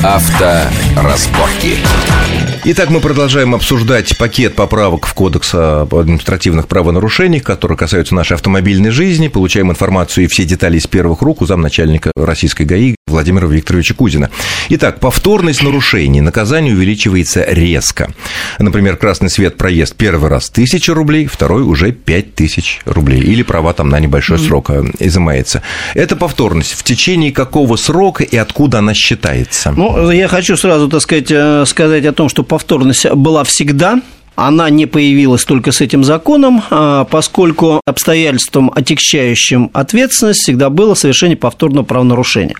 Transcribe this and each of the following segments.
Авторазборки. Итак, мы продолжаем обсуждать пакет поправок в Кодекс об административных правонарушениях, которые касаются нашей автомобильной жизни. Получаем информацию и все детали из первых рук у замначальника российской ГАИ Владимира Викторовича Кузина. Итак, повторность нарушений. Наказание увеличивается резко. Например, красный свет, проезд первый раз 1000 рублей, второй уже 5000 рублей. Или права там на небольшой срок изымается. Это повторность. В течение какого срока и откуда она считается? Ну, я хочу сразу, сказать о том, что повторность была всегда. Она не появилась только с этим законом, поскольку обстоятельством, отягчающим ответственность, всегда было совершение повторного правонарушения.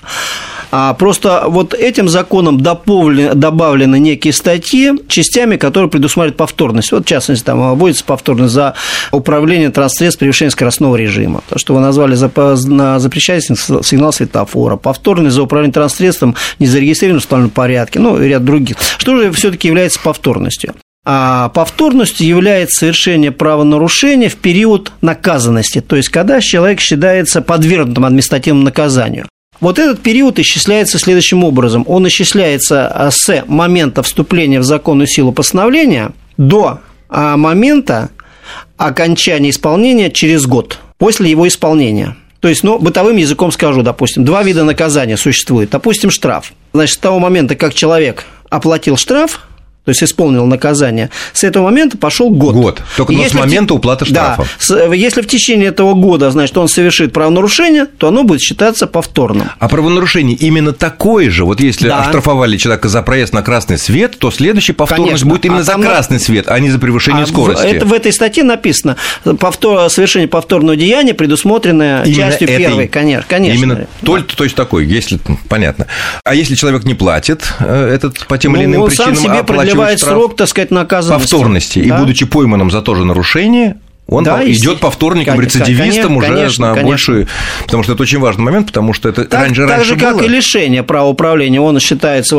Просто вот этим законом добавлены некие статьи, частями, которые предусматривают повторность. Вот, в частности, там вводится повторность за управление транспортным превышением скоростного режима. То, что вы назвали запрещающим сигнал светофора, повторность за управление транспортным незарегистрированным в установленном порядке, и ряд других. Что же все-таки является повторностью? А повторностью является совершение правонарушения в период наказанности, то есть когда человек считается подвергнутым административному наказанию. Вот этот период исчисляется следующим образом. Он исчисляется с момента вступления в законную силу постановления до момента окончания исполнения через год, после его исполнения. То есть, бытовым языком скажу, допустим, два вида наказания существует. Допустим, штраф. Значит, с того момента, как человек оплатил штраф, то есть исполнил наказание, с этого момента пошел год. Только с момента уплаты штрафа. Да, если в течение этого года, значит, он совершит правонарушение, то оно будет считаться повторным. А правонарушение именно такое же? Вот если оштрафовали человека за проезд на красный свет, то следующая повторность будет именно за красный свет, а не за превышение скорости. Это в этой статье написано. Совершение повторного деяния, предусмотренное именно частью первой. Конечно. Именно то есть такой, если понятно. А если человек не платит этот по тем или иным причинам, оплачивает срок, наказанности. Повторности. Да. И будучи пойманным за то же нарушение, он идет повторником, рецидивистом уже на большую... Потому что это очень важный момент, потому что это раньше так же, как было. И лишение права управления. Он считается,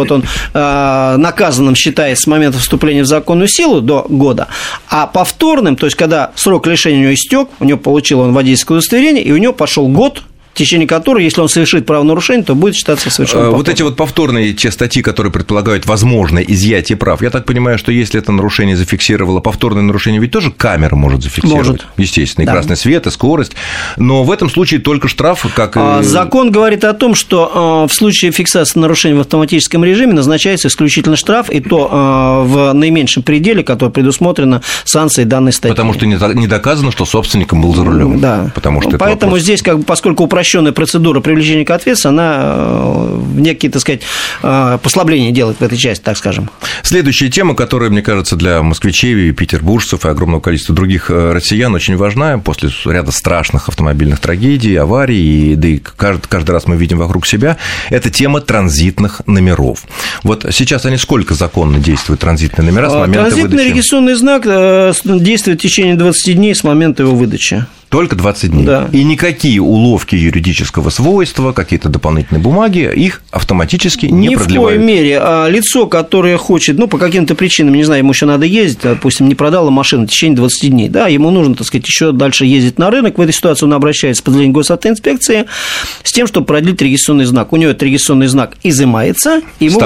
наказанным считается с момента вступления в законную силу до года, а повторным, то есть когда срок лишения у него истек, у него получил он водительское удостоверение, и у него пошел год, в течение которого, если он совершит правонарушение, то будет считаться совершенным повторным. Вот эти повторные те статьи, которые предполагают возможное изъятие прав, я так понимаю, что если это нарушение зафиксировало, повторное нарушение ведь тоже камера может зафиксировать. Может. Естественно, и красный свет, и скорость. Но в этом случае только штраф, как... Закон говорит о том, что в случае фиксации нарушения в автоматическом режиме назначается исключительно штраф, и то в наименьшем пределе, который предусмотрено санкцией данной статьи. Потому что не доказано, что собственником был за рулем. Да. Поэтому здесь, поскольку упрощенная процедура привлечения к ответственности, она некие, послабления делает в этой части, так скажем. Следующая тема, которая, мне кажется, для москвичей, петербуржцев и огромного количества других россиян очень важна, после ряда страшных автомобильных трагедий, аварий, да и каждый раз мы видим вокруг себя, это тема транзитных номеров. Вот сейчас они сколько законно действуют, транзитные номера, с момента выдачи? Транзитный регистрационный знак действует в течение 20 дней с момента его выдачи. Только 20 дней. Да. И никакие уловки юридического свойства, какие-то дополнительные бумаги, их автоматически не продлевают. Ни в коей мере. А лицо, которое хочет, по каким-то причинам, не знаю, ему еще надо ездить, допустим, не продала машину в течение 20 дней, да, ему нужно, еще дальше ездить на рынок. В этой ситуации он обращается в подразделение госавтоинспекции с тем, чтобы продлить регистрационный знак. У него этот регистрационный знак изымается, ему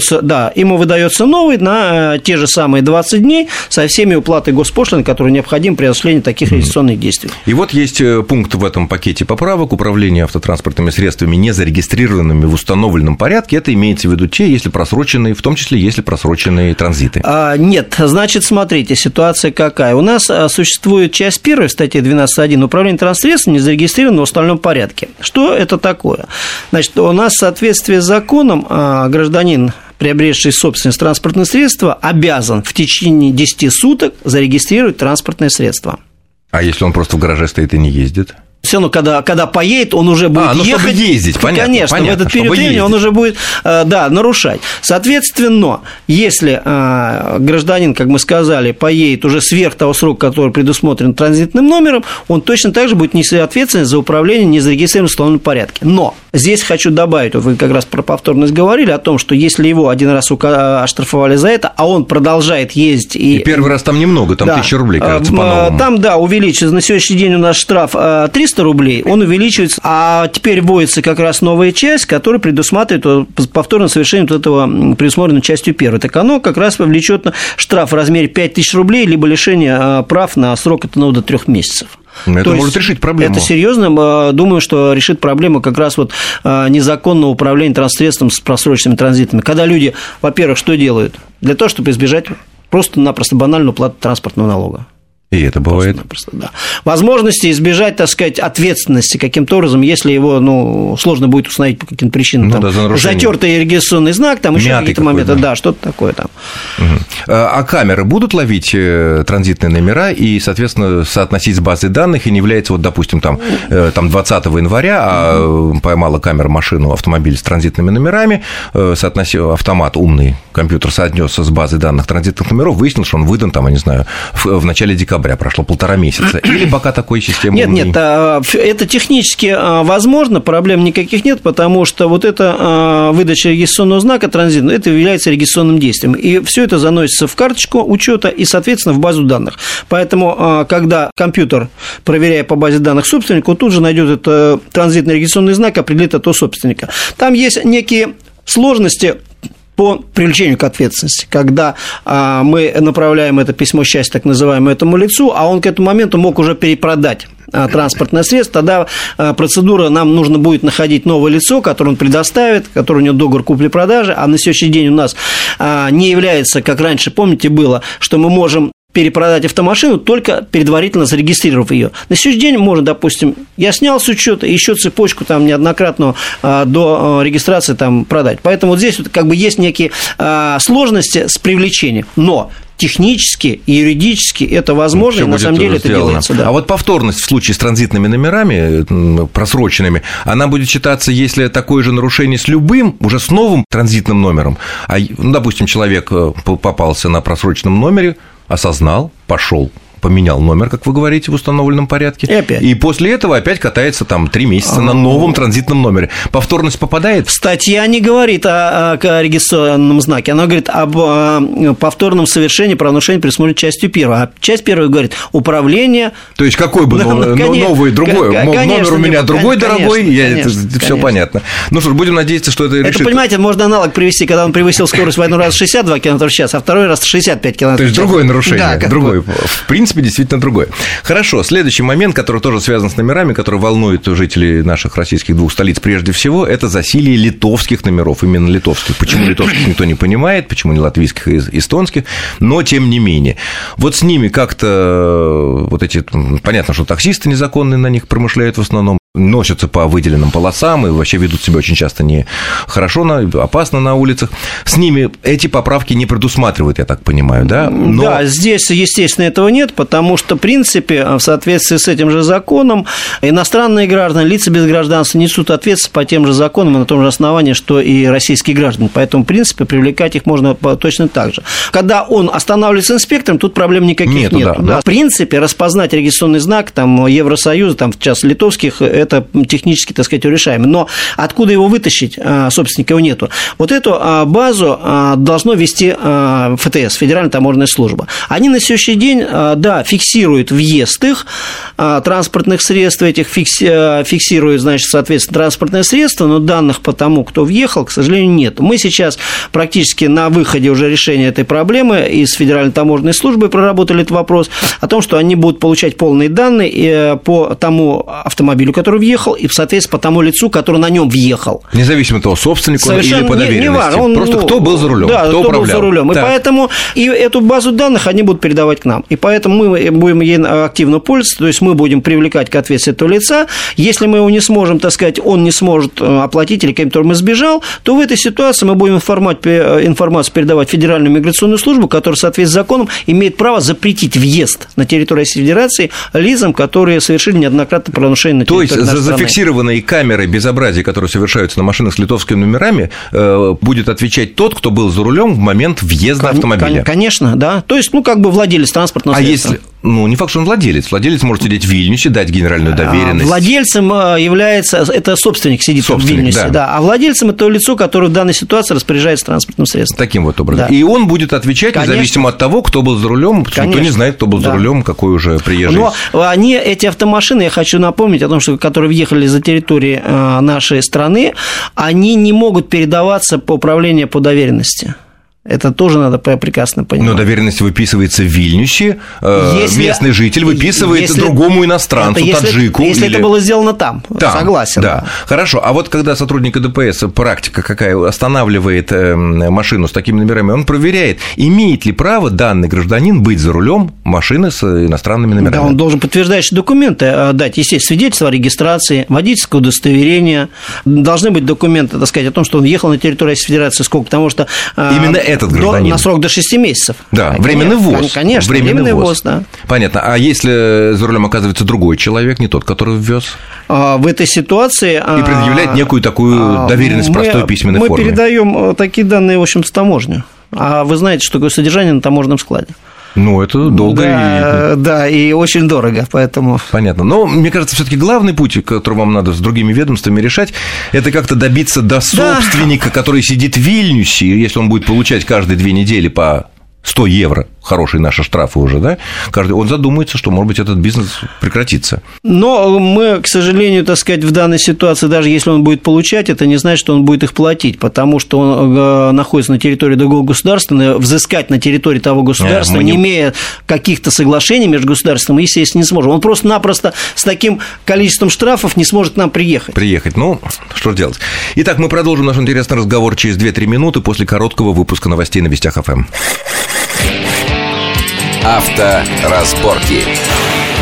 выдается новый на те же самые 20 дней со всеми уплатой госпошлины, которые необходимы при осуществлении таких регистрационных действий. И вот есть пункт в этом пакете поправок: управление автотранспортными средствами, не зарегистрированными в установленном порядке. Это имеется в виду если просроченные, в том числе, если просроченные транзиты. Нет, значит, смотрите, ситуация какая. У нас существует часть 1 в статье 12.1 управление транспортным не зарегистрировано в установленном порядке. Что это такое? Значит, у нас в соответствии с законом гражданин, приобретший собственность транспортного средства, обязан в течение 10 суток зарегистрировать транспортное средство. А если он просто в гараже стоит и не ездит? Все равно, когда поедет, он уже будет ехать. Чтобы ездить, понятно. Конечно, в этот период времени он уже будет, нарушать. Соответственно, если гражданин, как мы сказали, поедет уже сверх того срока, который предусмотрен транзитным номером, он точно так же будет нести ответственность за управление незарегистрированным в установленном порядке. Но Здесь хочу добавить, вот вы как раз про повторность говорили, о том, что если его один раз оштрафовали за это, а он продолжает ездить... И первый раз там немного, там 1000 рублей, кажется, по-новому. Там, да, увеличивается. На сегодняшний день у нас штраф 300 рублей, он увеличивается, а теперь вводится как раз новая часть, которая предусматривает повторное совершение вот этого, предусмотренной частью 1. Так оно как раз повлечет штраф в размере 5000 рублей, либо лишение прав на срок до 3 месяцев. Это может решить проблему. Это серьезно. Думаю, что решит проблему как раз вот незаконного управления транссредством с просроченными транзитами. Когда люди, во-первых, что делают? Для того, чтобы избежать просто-напросто банальную плату транспортного налога. И это бывает. Да. Возможности избежать, так сказать, ответственности каким-то образом, если его сложно будет установить по каким-то причинам. Затертый регистрационный знак, там еще какие-то моменты, да, что-то такое там. А камеры будут ловить транзитные номера и, соответственно, соотносить с базой данных, и не является, вот, допустим, там 20 января поймала камера машину, автомобиль с транзитными номерами, автомат умный, компьютер соотнесся с базой данных транзитных номеров, выяснил, что он выдан, там, я не знаю, в начале декабря, прошло 1,5 месяца, или пока такой системы Нет, это технически возможно, проблем никаких нет, потому что вот эта выдача регистрационного знака транзитного, это является регистрационным действием, и все это заносится в карточку учета и, соответственно, в базу данных. Поэтому, когда компьютер, проверяя по базе данных собственника, он тут же найдет этот транзитный регистрационный знак, определит этого собственника. Там есть некие сложности по привлечению к ответственности, когда мы направляем это письмо счастья, так называемое, этому лицу, а он к этому моменту мог уже перепродать транспортное средство, тогда процедура, нам нужно будет находить новое лицо, которое он предоставит, которое у него договор купли-продажи, а на сегодняшний день у нас не является, как раньше, помните, было, что мы можем перепродать автомашину, только предварительно зарегистрировав ее. На сегодняшний день можно, допустим, я снял с учета, еще цепочку там неоднократно до регистрации там продать. Поэтому вот здесь вот как бы есть некие сложности с привлечением, но технически и юридически это возможно, и на самом деле это делается. Да. А вот повторность в случае с транзитными номерами, просроченными, она будет считаться, если такое же нарушение с любым, уже с новым транзитным номером. Допустим, человек попался на просроченном номере, осознал, пошел, поменял номер, как вы говорите, в установленном порядке. И после этого опять катается там 3 месяца на новом транзитном номере. Повторность попадает? Статья не говорит о регистрационном знаке, она говорит об повторном совершении правонарушения, предусмотренной частью 1. А часть 1 говорит управление. То есть какой бы новый, другой, номер у меня другой, дорогой, все понятно. Ну что ж, будем надеяться, что это решит. Это, понимаете, можно аналог привести, когда он превысил скорость в один раз 62 км в час, а второй раз 65 км в час. То есть другое нарушение, другое. В принципе, действительно другое. Хорошо, следующий момент, который тоже связан с номерами, который волнует жителей наших российских 2 столиц прежде всего, это засилье литовских номеров, именно литовских. Почему литовских, никто не понимает, почему не латвийских и эстонских, но тем не менее. Вот с ними как-то вот эти, понятно, что таксисты незаконные на них промышляют в основном, носятся по выделенным полосам и вообще ведут себя очень часто нехорошо, опасно на улицах. С ними эти поправки не предусматривают, я так понимаю, да? Но... Да, здесь, естественно, этого нет, потому что, в принципе, в соответствии с этим же законом, иностранные граждане, лица без гражданства несут ответственность по тем же законам и на том же основании, что и российские граждане. Поэтому, в принципе, привлекать их можно точно так же. Когда он останавливается инспектором, тут проблем никаких нет. Да. В принципе, распознать регистрационный знак там, Евросоюза, там, в частности, литовских, это технически, так сказать, решаемо. Но откуда его вытащить, собственника его нету. Вот эту базу должно вести ФТС, Федеральная таможенная служба. Они на сегодняшний день, да, фиксируют въезд их транспортных средств, этих фиксируют, значит, соответственно, транспортные средства, но данных по тому, кто въехал, к сожалению, нет. Мы сейчас практически на выходе уже решения этой проблемы и с Федеральной таможенной службой проработали этот вопрос о том, что они будут получать полные данные по тому автомобилю, который въехал, и, соответственно, по тому лицу, который на нем въехал. Независимо от того, собственнику или по доверенности. Просто кто был за рулем, да, кто управлял. Был за рулем. И поэтому эту базу данных они будут передавать к нам. И поэтому мы будем ей активно пользоваться, то есть мы будем привлекать к ответственности этого лица. Если мы его не сможем, так сказать, он не сможет оплатить или каким-то образом избежал, то в этой ситуации мы будем информацию передавать в Федеральную миграционную службу, которая в соответствии с законом имеет право запретить въезд на территорию Российской Федерации лицам, которые совершили неоднократно правонарушение на территории нашей страны. За зафиксированные камеры безобразия, которые совершаются на машинах с литовскими номерами, будет отвечать тот, кто был за рулем в момент въезда автомобиля. Конечно, да. То есть, владелец транспортного средства. Ну, не факт, что он владелец. Владелец может сидеть в Вильнюсе, дать генеральную доверенность. Владельцем является, это собственник сидит в Вильнюсе, да. А владельцем это то лицо, которое в данной ситуации распоряжается транспортным средством. Таким вот образом. Да. И он будет отвечать, конечно, независимо от того, кто был за рулем, потому что никто не знает, кто был за рулем, какой уже приезжий. Но эти автомашины, я хочу напомнить о том, что которые въехали за территории нашей страны, они не могут передаваться по управлению по доверенности. Это тоже надо прекрасно понимать. Но доверенность выписывается в Вильнюсе, местный житель выписывает другому иностранцу, таджику. Если это было сделано там, согласен. Да. Хорошо, а вот когда сотрудник ДПС, практика какая, останавливает машину с такими номерами, он проверяет, имеет ли право данный гражданин быть за рулем машины с иностранными номерами. Да, он должен подтверждающие документы дать, естественно, свидетельство о регистрации, водительское удостоверение, должны быть документы, так сказать, о том, что он въехал на территорию Российской Федерации, сколько, потому что... Именно этот гражданин. На срок до 6 месяцев. Да, временный ввоз. Конечно, временный ввоз, да. Понятно. А если за рулем оказывается другой человек, не тот, который ввез? В этой ситуации... И предъявляет некую такую доверенность в простой письменной форме. Мы передаем такие данные, в общем, в таможню. А вы знаете, что такое содержание на таможенном складе? Ну, это долго да, и очень дорого, поэтому... Понятно. Но, мне кажется, все-таки главный путь, который вам надо с другими ведомствами решать, это как-то добиться до собственника, который сидит в Вильнюсе, если он будет получать каждые 2 недели по 100 евро, хорошие наши штрафы уже, да, он задумается, что, может быть, этот бизнес прекратится. Но мы, к сожалению, так сказать, в данной ситуации, даже если он будет получать, это не значит, что он будет их платить, потому что он находится на территории другого государства, взыскать на территории того государства, не имея каких-то соглашений между государством, естественно, не сможет. Он просто-напросто с таким количеством штрафов не сможет к нам приехать. Ну, что же делать. Итак, мы продолжим наш интересный разговор через 2-3 минуты после короткого выпуска новостей на Вестях ФМ. Авторазборки.